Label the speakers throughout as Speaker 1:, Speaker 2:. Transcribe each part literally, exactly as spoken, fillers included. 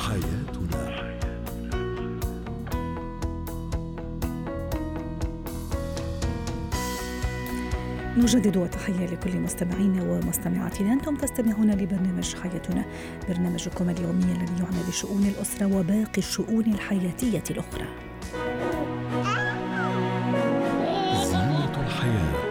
Speaker 1: حياتنا.
Speaker 2: نجدد وتحية لكل مستمعينا ومستمعاتنا. أنتم تستمعون لبرنامج حياتنا، برنامجكم اليومي الذي يعنى بشؤون الأسرة وباقي الشؤون الحياتية الأخرى.
Speaker 1: زينة الحياة.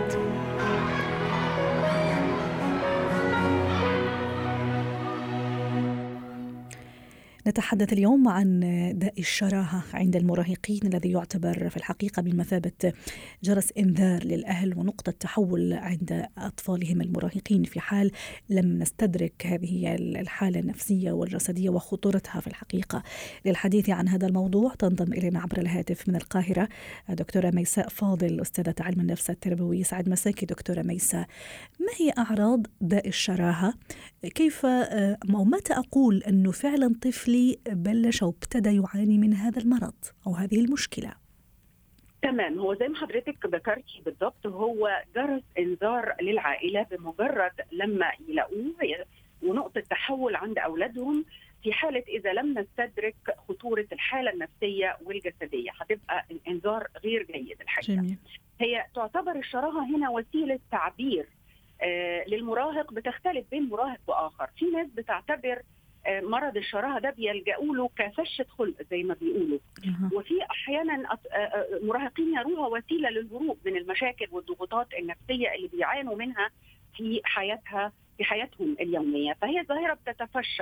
Speaker 2: نتحدث اليوم عن داء الشراهة عند المراهقين، الذي يعتبر في الحقيقة بمثابة جرس إنذار للأهل ونقطة تحول عند أطفالهم المراهقين في حال لم نستدرك هذه الحالة النفسية والجسدية وخطورتها في الحقيقة. للحديث عن هذا الموضوع تنضم إلينا عبر الهاتف من القاهرة دكتورة ميساء فاضل، أستاذة علم النفس التربوي. سعد مساكي دكتورة ميساء. ما هي أعراض داء الشراهة؟ كيف أو متى أقول أنه فعلا طفلي بلش أو ابتدى يعاني من هذا المرض أو هذه المشكلة؟
Speaker 3: تمام، هو زي ما حضرتك ذكرتي بالضبط، هو جرس إنذار للعائلة بمجرد لما يلاقوه ونقطة تحول عند أولادهم، في حالة إذا لم نستدرك خطورة الحالة النفسية والجسدية هتبقى الإنذار غير جيد الحقيقة. جميل. هي تعتبر الشراهة هنا وسيلة تعبير آه للمراهق، بتختلف بين مراهق وآخر. في ناس بتعتبر مرض الشراهة ده بيلجأوا له كفشة خلق زي ما بيقولوا، وفي أحيانا مراهقين يروها وسيلة للهروب من المشاكل والضغوطات النفسية اللي بيعانوا منها في حياتها في حياتهم اليومية. فهي ظاهرة بتتفشى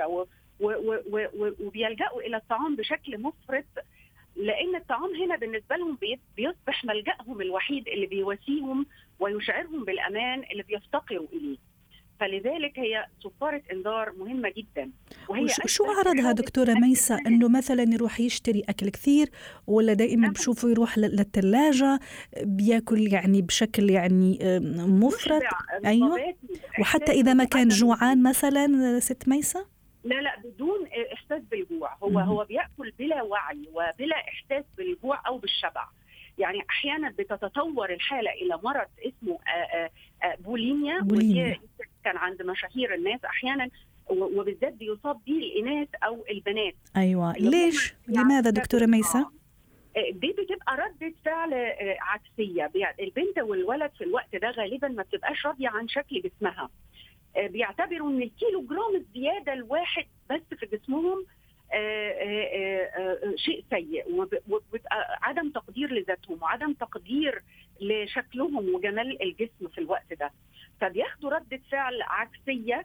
Speaker 3: وبيلجأوا إلى الطعام بشكل مفرط، لأن الطعام هنا بالنسبة لهم بيصبح ملجأهم الوحيد اللي بيواسيهم ويشعرهم بالأمان اللي بيفتقروا إليه. فلذلك هي صفارة إنذار مهمة جدا.
Speaker 2: وهي شو أعرضها دكتورة ميساء؟ أنه مثلا يروح يشتري أكل كثير، ولا دائما بشوفه يروح للثلاجة بيأكل يعني بشكل يعني مفرط؟ أيوة. وحتى إذا ما كان جوعان مثلا ست ميساء؟
Speaker 3: لا لا بدون إحساس بالجوع، هو م- هو بيأكل بلا وعي وبلا إحساس بالجوع أو بالشبع. يعني أحيانا بتتطور الحالة إلى مرض اسمه آآ آآ بوليميا, بوليميا. كان عند مشاهير الناس أحيانا، وبالذات بيصاب به الإناث أو البنات.
Speaker 2: أيوة. ليش؟ لماذا دكتورة ميساء؟
Speaker 3: دي بتبقى ردة فعل عكسية. البنت والولد في الوقت ده غالبا ما بتبقاش راضية عن شكل جسمها، بيعتبروا ان الكيلو جرام الزيادة الواحد بس في جسمهم آآ آآ شيء سيء، وبيبقى عدم تقدير لذاتهم وعدم تقدير لشكلهم وجمال الجسم في الوقت ده. فبياخدوا ردة فعل عكسية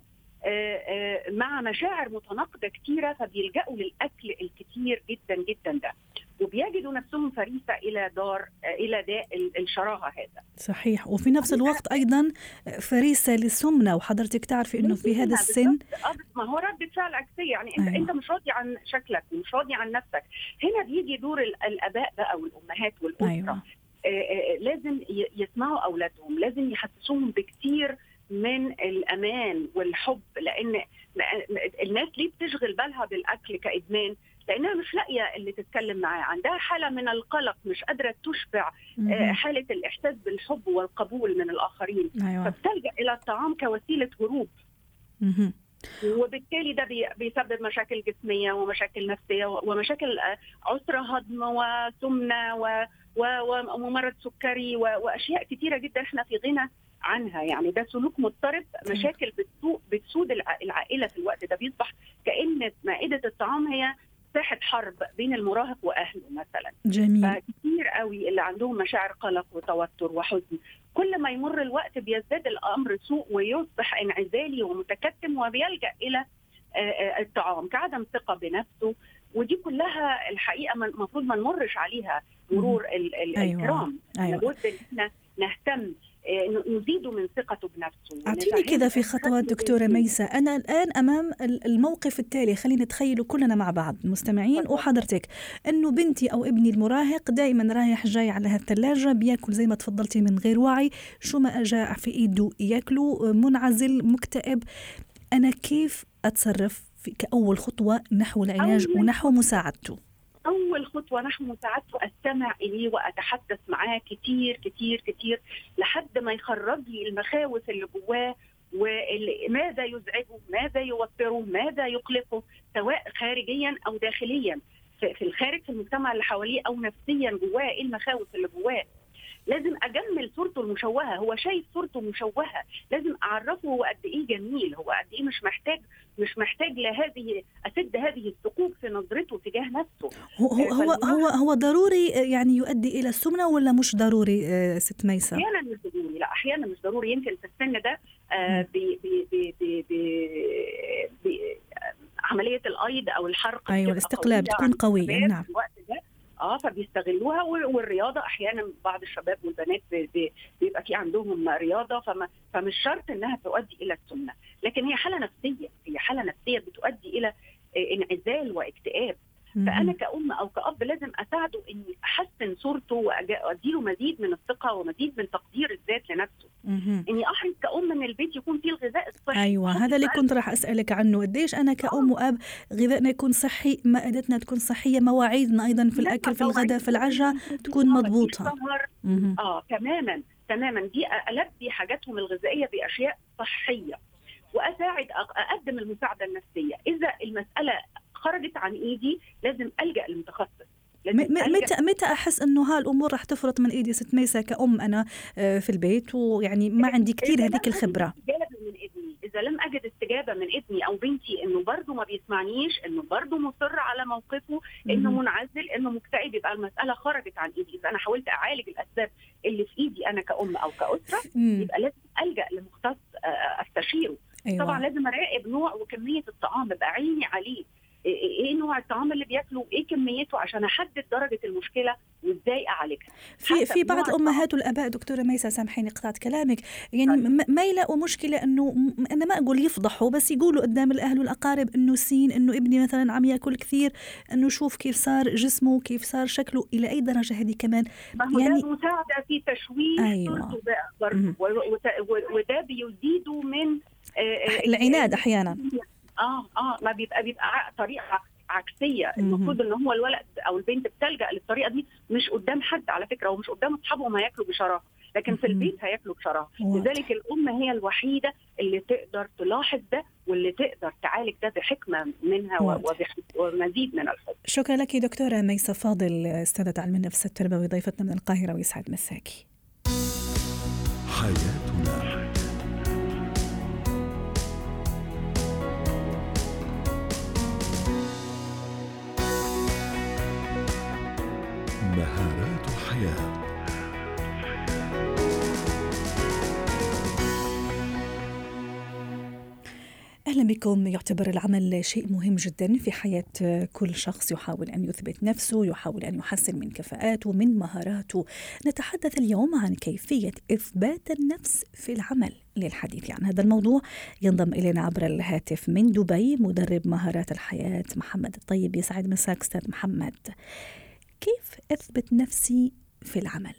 Speaker 3: مع مشاعر متناقضة كتيرة، فبيلجأوا للأكل الكتير جدا جدا ده، وبيجدوا نفسهم فريسة إلى دار إلى داء الشراهة هذا.
Speaker 2: صحيح. وفي نفس الوقت أيضا فريسة للسمنة، وحضرتك تعرفي إنه في هذا السن
Speaker 3: ما هو ردة فعل عكسية. يعني أنت أيوة. أنت مش راضي عن شكلك ومش راضي عن نفسك. هنا بيجي دور الآباء بقى والأمهات والأسرة. أيوة. لازم يسمعوا أولادهم، لازم يحسسوهم بكتير من الأمان والحب، لأن الناس ليه بتشغل بالها بالأكل كإدمان؟ لأنها مش لاقية اللي تتكلم معاه، عندها حالة من القلق، مش قادرة تشبع حالة الإحساس بالحب والقبول من الآخرين. أيوة. فبتلجأ إلى الطعام كوسيلة هروب، وبالتالي ده بيسبب مشاكل جسمية ومشاكل نفسية ومشاكل عسر هضم وسمنة ومرض سكري وأشياء كتيرة جدا احنا في غنى عنها. يعني ده سلوك مضطرب، مشاكل بتسود العائلة في الوقت ده. بيصبح كأن مائدة الطعام هي ساحة حرب بين المراهق وأهله مثلا.
Speaker 2: جميل.
Speaker 3: فكتير قوي اللي عندهم مشاعر قلق وتوتر وحزن، كل ما يمر الوقت بيزداد الأمر سوء ويصبح انعزالي ومتكتم، وبيلجأ إلى الطعام كعدم ثقة بنفسه. ودي كلها الحقيقة المفروض ما نمرش عليها مرور الكرام.
Speaker 2: أيوة.
Speaker 3: لابد إن احنا نهتم نزيد من ثقته بنفسه.
Speaker 2: أعطيني كذا في خطوات دكتورة ميساء. أنا الآن أمام الموقف التالي، خلينا نتخيله كلنا مع بعض مستمعين وحضرتك، أنه بنتي أو ابني المراهق دائما رايح جاي على هالثلاجة، بيأكل زي ما تفضلتي من غير وعي، شو ما أجاء في إيده يأكله، منعزل مكتئب. أنا كيف أتصرف في كأول خطوة نحو العلاج ونحو مساعدته؟
Speaker 3: أول خطوة نحو مساعدته أستمع إليه وأتحدث معاه كتير كتير كتير لحد ما يخرج لي المخاوف اللي جواه وماذا يزعجه، ماذا يوتره، ماذا يقلقه، سواء خارجيا أو داخليا في الخارج في المجتمع اللي حواليه، أو نفسيا جواه إيه المخاوف اللي جواه. لازم اجمل صورته المشوهه، هو شايف صورته مشوهه، لازم اعرفه هو قد ايه جميل، هو قد ايه مش محتاج مش محتاج لهذه اسد هذه الثقوب في نظرته تجاه نفسه.
Speaker 2: هو هو هو هو ضروري يعني يؤدي الى السمنه ولا مش ضروري ست ميسة؟
Speaker 3: احيانا مش ضروري، لا احيانا مش ضروري. يمكن في السن ده آه بي بي بي بي بي بي عمليه الايض او الحرق،
Speaker 2: ايوه الاستقلاب بتكون قويه. نعم.
Speaker 3: الوقت ده اه فبيستغلوها. والرياضه احيانا بعض الشباب والبنات بيبقى في عندهم رياضه، فما فمش شرط انها تؤدي الى السمنه، لكن هي حاله نفسيه، هي حاله نفسيه بتؤدي الى انعزال واكتئاب. فانا كأم او كأب لازم اساعده اني احسن صورته واديله مزيد من الثقه ومزيد من تقدير الذات لنفسه. اني احرص كأم ان البيت يكون فيه الغذاء الصحي.
Speaker 2: ايوه هذا اللي كنت راح اسالك عنه، قديش انا كأم واب غذائنا يكون صحي، مائدتنا تكون صحيه، مواعيدنا ايضا في الاكل، في الغداء، في العشاء تكون مضبوطه.
Speaker 3: اه تماما تماما. دي البي حاجاتهم الغذائيه باشياء صحيه، واساعد اقدم المساعده النفسيه. اذا المساله خرجت عن ايدي لازم الجا للمتخصص.
Speaker 2: متى متى احس انه هالامور رح تفرط من ايدي ست ميسة كأم انا في البيت، ويعني ما عندي كثير هذيك الخبره؟
Speaker 3: من ابني اذا لم اجد استجابه من ابني او بنتي، انه برضه ما بيسمعنيش، انه برضه مصر على موقفه، انه منعزل، انه مكتئب، يبقى المساله خرجت عن ايدي. اذا انا حاولت اعالج الاسباب اللي في ايدي انا كأم او كأسره، يبقى لازم الجا لمختص استشيره. أيوة. طبعا لازم اراقب نوع وكميه الطعام، ابقى عيني عليه، ايه نوع الطعام اللي بياكله، ايه كميته، عشان احدد درجه المشكله وازاي اعالجها.
Speaker 2: في في بعض امهات والاباء دكتوره ميسة سامحيني قطعت كلامك، يعني ما يلاقوا مشكله انه انا ما اقول يفضحوا، بس يقولوا قدام الاهل والاقارب انه سين انه ابني مثلا عم ياكل كثير، انه شوف كيف صار جسمه، كيف صار شكله. الى اي درجه هذه كمان
Speaker 3: يعني مساعده في تشويه؟ أيوة. وده بيزيدوا من
Speaker 2: العناد احيانا.
Speaker 3: اه اه ما بيبقى بيبقى طريقه عكسيه. المفروض ان هو الولد او البنت بتلجأ للطريقه دي مش قدام حد على فكره، ومش قدام اصحابهم هياكلوا بشراهه، لكن في البيت هياكلوا بشراهه. لذلك الام هي الوحيده اللي تقدر تلاحظ ده، واللي تقدر تعالج ده بحكمه منها ومزيد من الحب.
Speaker 2: شكرا لك دكتوره ميسة فاضل، استاذه علم النفس التربوي، ضيفتنا من القاهره، ويسعد مساكي.
Speaker 1: حياتنا مهارات الحياة.
Speaker 2: أهلا بكم. يعتبر العمل شيء مهم جدا في حياة كل شخص يحاول أن يثبت نفسه، يحاول أن يحسن من كفاءاته، من مهاراته. نتحدث اليوم عن كيفية إثبات النفس في العمل. للحديث عن هذا الموضوع ينضم إلينا عبر الهاتف من دبي مدرب مهارات الحياة محمد الطيب. يسعد مساك أستاذ محمد. كيف أثبت نفسي في العمل؟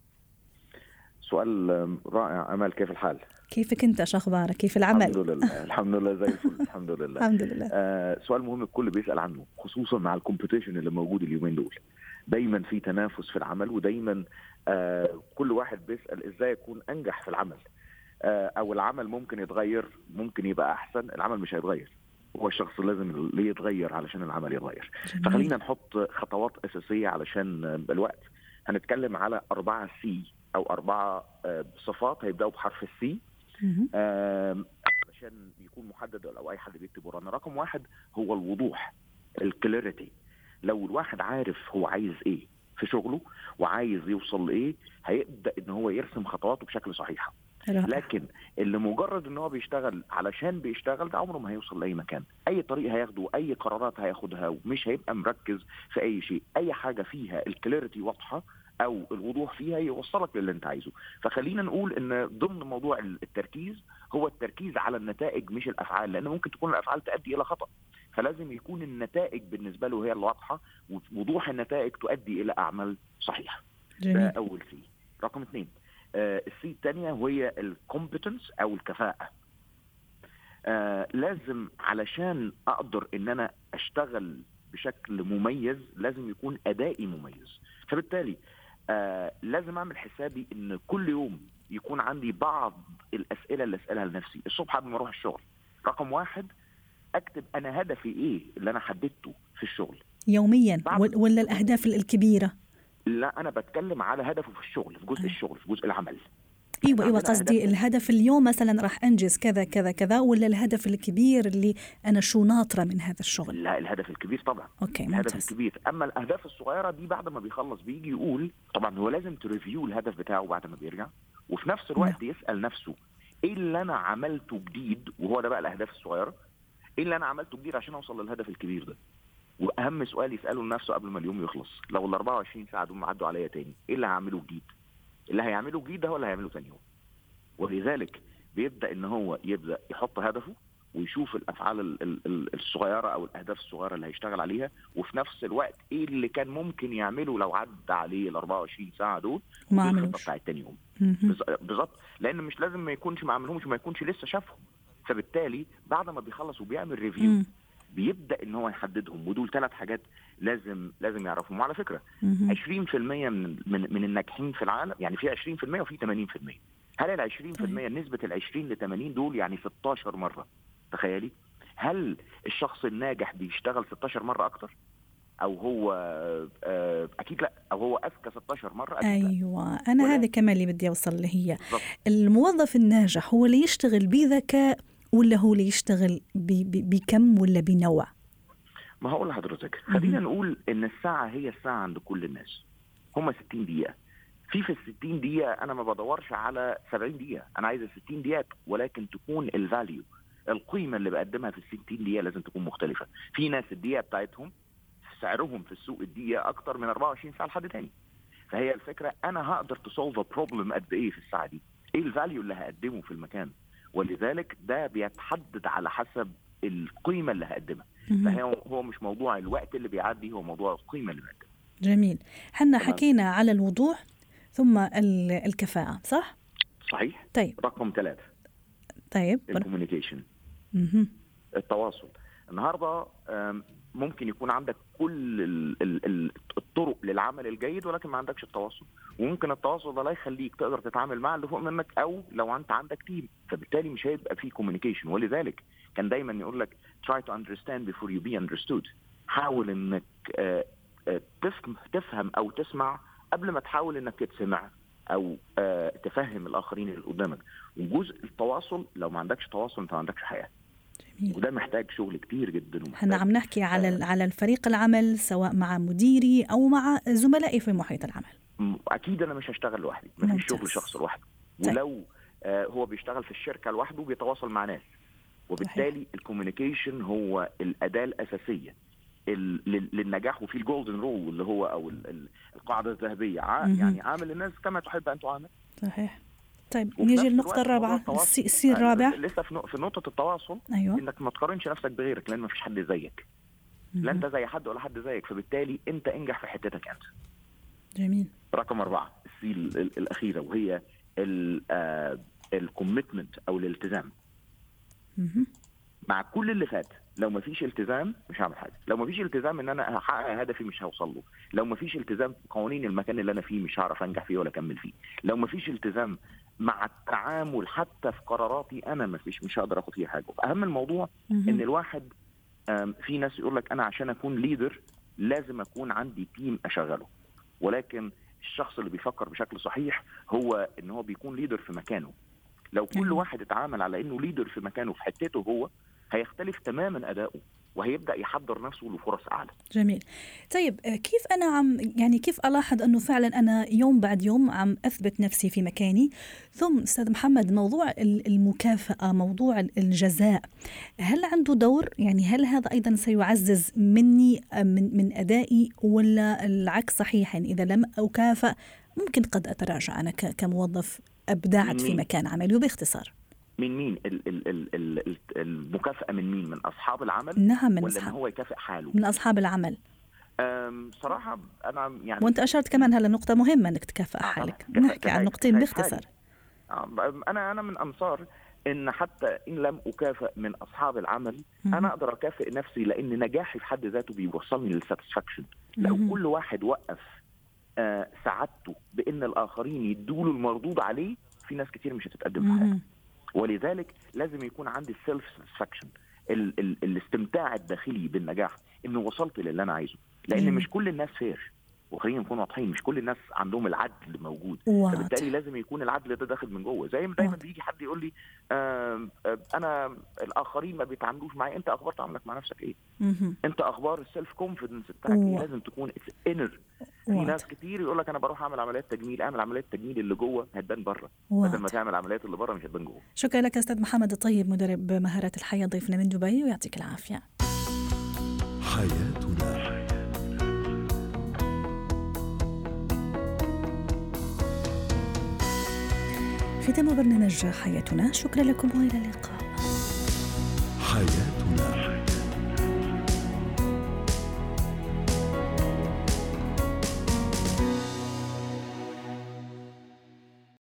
Speaker 4: سؤال رائع. أمل، كيف الحال؟
Speaker 2: كيفك أنت؟ شو أخبارك؟ كيف العمل؟
Speaker 4: الحمد لله الحمد لله زي الفل. الحمد لله
Speaker 2: الحمد لله.
Speaker 4: آه سؤال مهم الكل بيسأل عنه، خصوصا مع الكومبيتيشن اللي موجود اليومين دول. دايما في تنافس في العمل، ودايما آه كل واحد بيسأل إزاي يكون أنجح في العمل، آه أو العمل ممكن يتغير، ممكن يبقى أحسن. العمل مش هيتغير، هو الشخص لازم اللي يتغير علشان العمل يتغير. جميل. فخلينا نحط خطوات أساسية علشان الوقت. هنتكلم على أربعة سي أو أربعة آه صفات هيبدأوا بحرف السي آه علشان يكون محدد أو أي حد بيكتب ورانا. رقم واحد هو الوضوح، الكلاريتي. لو الواحد عارف هو عايز إيه في شغله وعايز يوصل لإيه، هيبدأ إن هو يرسم خطواته بشكل صحيح. لكن اللي مجرد ان هو بيشتغل علشان بيشتغل، ده عمره ما هيوصل لاي مكان. اي طريق هياخده، اي قرارات هياخدها، ومش هيبقى مركز في اي شيء. اي حاجه فيها الكلاريتي واضحه او الوضوح فيها يوصلك للي انت عايزه. فخلينا نقول ان ضمن موضوع التركيز هو التركيز على النتائج مش الافعال، لان ممكن تكون الافعال تؤدي الى خطأ. فلازم يكون النتائج بالنسبه له هي الواضحه، ووضوح النتائج تؤدي الى اعمال صحيحه. ده اول سي. رقم اثنين، آه السي الثانية وهي الكومبتنس أو الكفاءة. آه لازم علشان أقدر إن أنا أشتغل بشكل مميز لازم يكون أدائي مميز. فبالتالي آه لازم أعمل حسابي إن كل يوم يكون عندي بعض الاسئله اللي اسالها لنفسي الصبح قبل ما اروح الشغل. رقم واحد، اكتب انا هدفي ايه اللي انا حددته في الشغل
Speaker 2: يوميا ولا الاهداف الكبيره؟
Speaker 4: لا، انا بتكلم على هدفه في الشغل، في جزء الشغل، في جزء العمل.
Speaker 2: ايوه ايوه قصدي الهدف اليوم مثلا راح انجز كذا كذا كذا، ولا الهدف الكبير اللي انا شو ناطره من هذا الشغل؟
Speaker 4: لا، الهدف الكبير طبعا.
Speaker 2: اوكي
Speaker 4: الهدف
Speaker 2: ممتاز.
Speaker 4: الكبير. اما الاهداف الصغيره دي بعد ما بيخلص بيجي يقول طبعا هو لازم تريفيو الهدف بتاعه بعد ما بيرجع، وفي نفس الوقت نعم. يسال نفسه ايه اللي انا عملته جديد، وهو ده بقى الاهداف الصغيره، ايه اللي انا عملته جديد عشان اوصل للهدف الكبير ده. واهم سؤال يساله لنفسه قبل ما اليوم يخلص، لو ال أربعة وعشرين ساعه دول عدوا عليا تاني، ايه اللي هعمله جديد؟ اللي هيعمله جديد ده هو اللي هيعمله ثاني يوم. ولذلك بيبدا ان هو يبدا يحط هدفه ويشوف الافعال الصغيره او الاهداف الصغيره اللي هيشتغل عليها، وفي نفس الوقت ايه اللي كان ممكن يعمله لو عدى عليه ال أربعة وعشرين ساعه دول
Speaker 2: ما عملوش
Speaker 4: بتاع الثاني يوم. بالظبط، لان مش لازم ما يكونش ما عملهمش وما يكونش لسه شافهم، فبالتالي بعد ما بيخلص وبيعمل ريفيو مم. بيبدا ان هو يحددهم. ودول ثلاث حاجات لازم لازم يعرفهم. وعلى فكره مم. عشرين في المية من من من الناجحين في العالم، يعني في عشرين في المية وفي ثمانين في المية. هل ال عشرين في المية نسبه ال عشرين ل ثمانين دول يعني ستاشر مره؟ تخيلي، هل الشخص الناجح بيشتغل ستاشر مره اكتر؟ او هو اكيد لا، او هو اذكى ستاشر مره أكيد.
Speaker 2: ايوه لا. انا هذا كمان اللي بدي اوصل له. هي الموظف الناجح هو اللي يشتغل بذكاء ولا هو اللي يشتغل بكم ولا بنوع؟
Speaker 4: ما هقول لحضرتك، خلينا نقول ان الساعه هي الساعه عند كل الناس هم ستين دقيقه. في في الستين دقيقه انا ما بدورش على سبعين دقيقه، انا عايز الستين دقيقه ولكن تكون الفاليو، القيمه اللي بقدمها في الستين دقيقه لازم تكون مختلفه. في ناس الدقيقه بتاعتهم سعرهم في السوق الدقيقه اكتر من أربعة وعشرين ساعه لحد تاني. فهي الفكره انا هقدر تصولف بروبلم قد ايه في الساعه دي، ايه الفاليو اللي هقدمه في المكان، ولذلك ده بيتحدد على حسب القيمه اللي هقدمها. فهي هو مش موضوع الوقت اللي بيعدي، هو موضوع القيمه اللي بقدمها.
Speaker 2: جميل. حنا حكينا على الوضوح ثم الكفاءه، صح؟
Speaker 4: صحيح.
Speaker 2: طيب
Speaker 4: رقم ثلاثة
Speaker 2: طيب
Speaker 4: الكوميونيكيشن، التواصل. النهارده ممكن يكون عندك كل الطرق للعمل الجيد ولكن ما عندكش التواصل، وممكن التواصل ده لا يخليك تقدر تتعامل مع اللي فوق منك، او لو انت عندك تيم فبالتالي مش هيبقى فيه كوميونيكيشن. ولذلك كان دايما يقول لك try to understand before you be understood. حاول انك تفهم او تسمع قبل ما تحاول انك تسمع او تفهم الاخرين اللي قدامك. وجزء التواصل، لو ما عندكش تواصل انت ما عندكش حياه. جميل. وده محتاج شغل كتير جدا.
Speaker 2: احنا عم نحكي على آه على الفريق العمل، سواء مع مديري او مع زملائي في محيط العمل.
Speaker 4: اكيد انا مش هشتغل لوحدي، ما فيش شغل شخص لوحده. ولو آه هو بيشتغل في الشركه لوحده بيتواصل مع ناس، وبالتالي الكوميونيكيشن هو الاداه الاساسيه للنجاح. وفي الجولدن رول اللي هو او القاعده الذهبيه، يعني عامل الناس كما تحب ان تعامل.
Speaker 2: صحيح. طيب نيجي للنقطة الرابعة، السي الرابع
Speaker 4: لسه في نقطة التواصل.
Speaker 2: أيوة.
Speaker 4: إنك ما تقارنش نفسك بغيرك، لأن ما فيش حد زيك. لا أنت زي حد ولا حد زيك، فبالتالي أنت انجح في حتتك أنت.
Speaker 2: جميل.
Speaker 4: رقم أربعة السي الأخيرة، وهي الكوميتمنت أو الالتزام.
Speaker 2: مم.
Speaker 4: مع كل اللي فات، لو ما فيش التزام مش هعمل حاجة. لو ما فيش التزام إن أنا هحقق هدفي مش هوصل له. لو ما فيش التزام في قوانين المكان اللي أنا فيه مش هعرف أنجح فيه ولا أكمل فيه. لو ما فيش التزام مع التعامل حتى في قراراتي انا ما فيش مش هقدر اخد فيها حاجه. اهم الموضوع م- ان الواحد في ناس يقول لك انا عشان اكون ليدر لازم اكون عندي تيم اشغله، ولكن الشخص اللي بيفكر بشكل صحيح هو ان هو بيكون ليدر في مكانه. لو كل واحد اتعامل على انه ليدر في مكانه في حتته هو، هيختلف تماما اداؤه وهيبدأ يحضر نفسه لفرص أعلى.
Speaker 2: جميل. طيب كيف أنا عم يعني كيف ألاحظ أنه فعلا أنا يوم بعد يوم عم أثبت نفسي في مكاني؟ ثم أستاذ محمد، موضوع المكافأة، موضوع الجزاء، هل عنده دور؟ يعني هل هذا أيضا سيعزز مني من من أدائي، ولا العكس صحيح؟ يعني إذا لم أكافأ ممكن قد أتراجع أنا كموظف أبدعت في مكان عملي. وباختصار
Speaker 4: من مين ال ال ال ال المكافأة؟ من مين؟ من أصحاب العمل؟
Speaker 2: نعم، من
Speaker 4: ولا
Speaker 2: أصحاب.
Speaker 4: هو يكافئ حاله؟
Speaker 2: من أصحاب العمل.
Speaker 4: صراحة أنا يعني،
Speaker 2: وأنت أشرت كمان هلا نقطة مهمة إنك تكافئ حالك. آه نحكي عن نقطتين باختصار.
Speaker 4: أنا أنا من أنصار إن حتى إن لم أكافئ من أصحاب العمل م- أنا أقدر أكافئ نفسي، لأن نجاحي في حد ذاته بيوصلني للساتسفاكشن. لو م- كل واحد وقف آه سعادته بإن الآخرين يدوله المردود عليه، في ناس كتير مش هتتقدم في حياتها. ولذلك لازم يكون عندي السيلف ساتسفاكشن، ال- ال- الاستمتاع الداخلي بالنجاح، انه وصلت للي انا عايزه. لان
Speaker 2: مم.
Speaker 4: مش كل الناس فير، وخلينا نكون واضحين، مش كل الناس عندهم العدل موجود.
Speaker 2: واضح.
Speaker 4: فبالتالي لازم يكون العدل ده داخل من جوه. زي ما دايما
Speaker 2: واضح.
Speaker 4: بيجي حد يقول لي آه آه انا الاخرين ما بيتعاملوش معايا، انت اخبار تعاملك مع نفسك ايه؟
Speaker 2: مهم.
Speaker 4: انت اخبار السيلف كونفيدنس بتاعك ايه؟
Speaker 2: واضح.
Speaker 4: لازم تكون انر. في
Speaker 2: واضح.
Speaker 4: ناس كتير يقول لك انا بروح اعمل عمليات تجميل، اعمل عمليات تجميل اللي جوه هتبان بره،
Speaker 2: واضح.
Speaker 4: بدل ما تعمل عمليات اللي بره مش هتبان جوه.
Speaker 2: شكرا لك أستاذ محمد الطيب، مدرب مهارات الحياة، ضيفنا من دبي، ويعطيك العافية.
Speaker 1: حياتنا.
Speaker 2: ختام برنامج حياتنا، شكرا لكم وإلى اللقاء.
Speaker 1: حياتنا.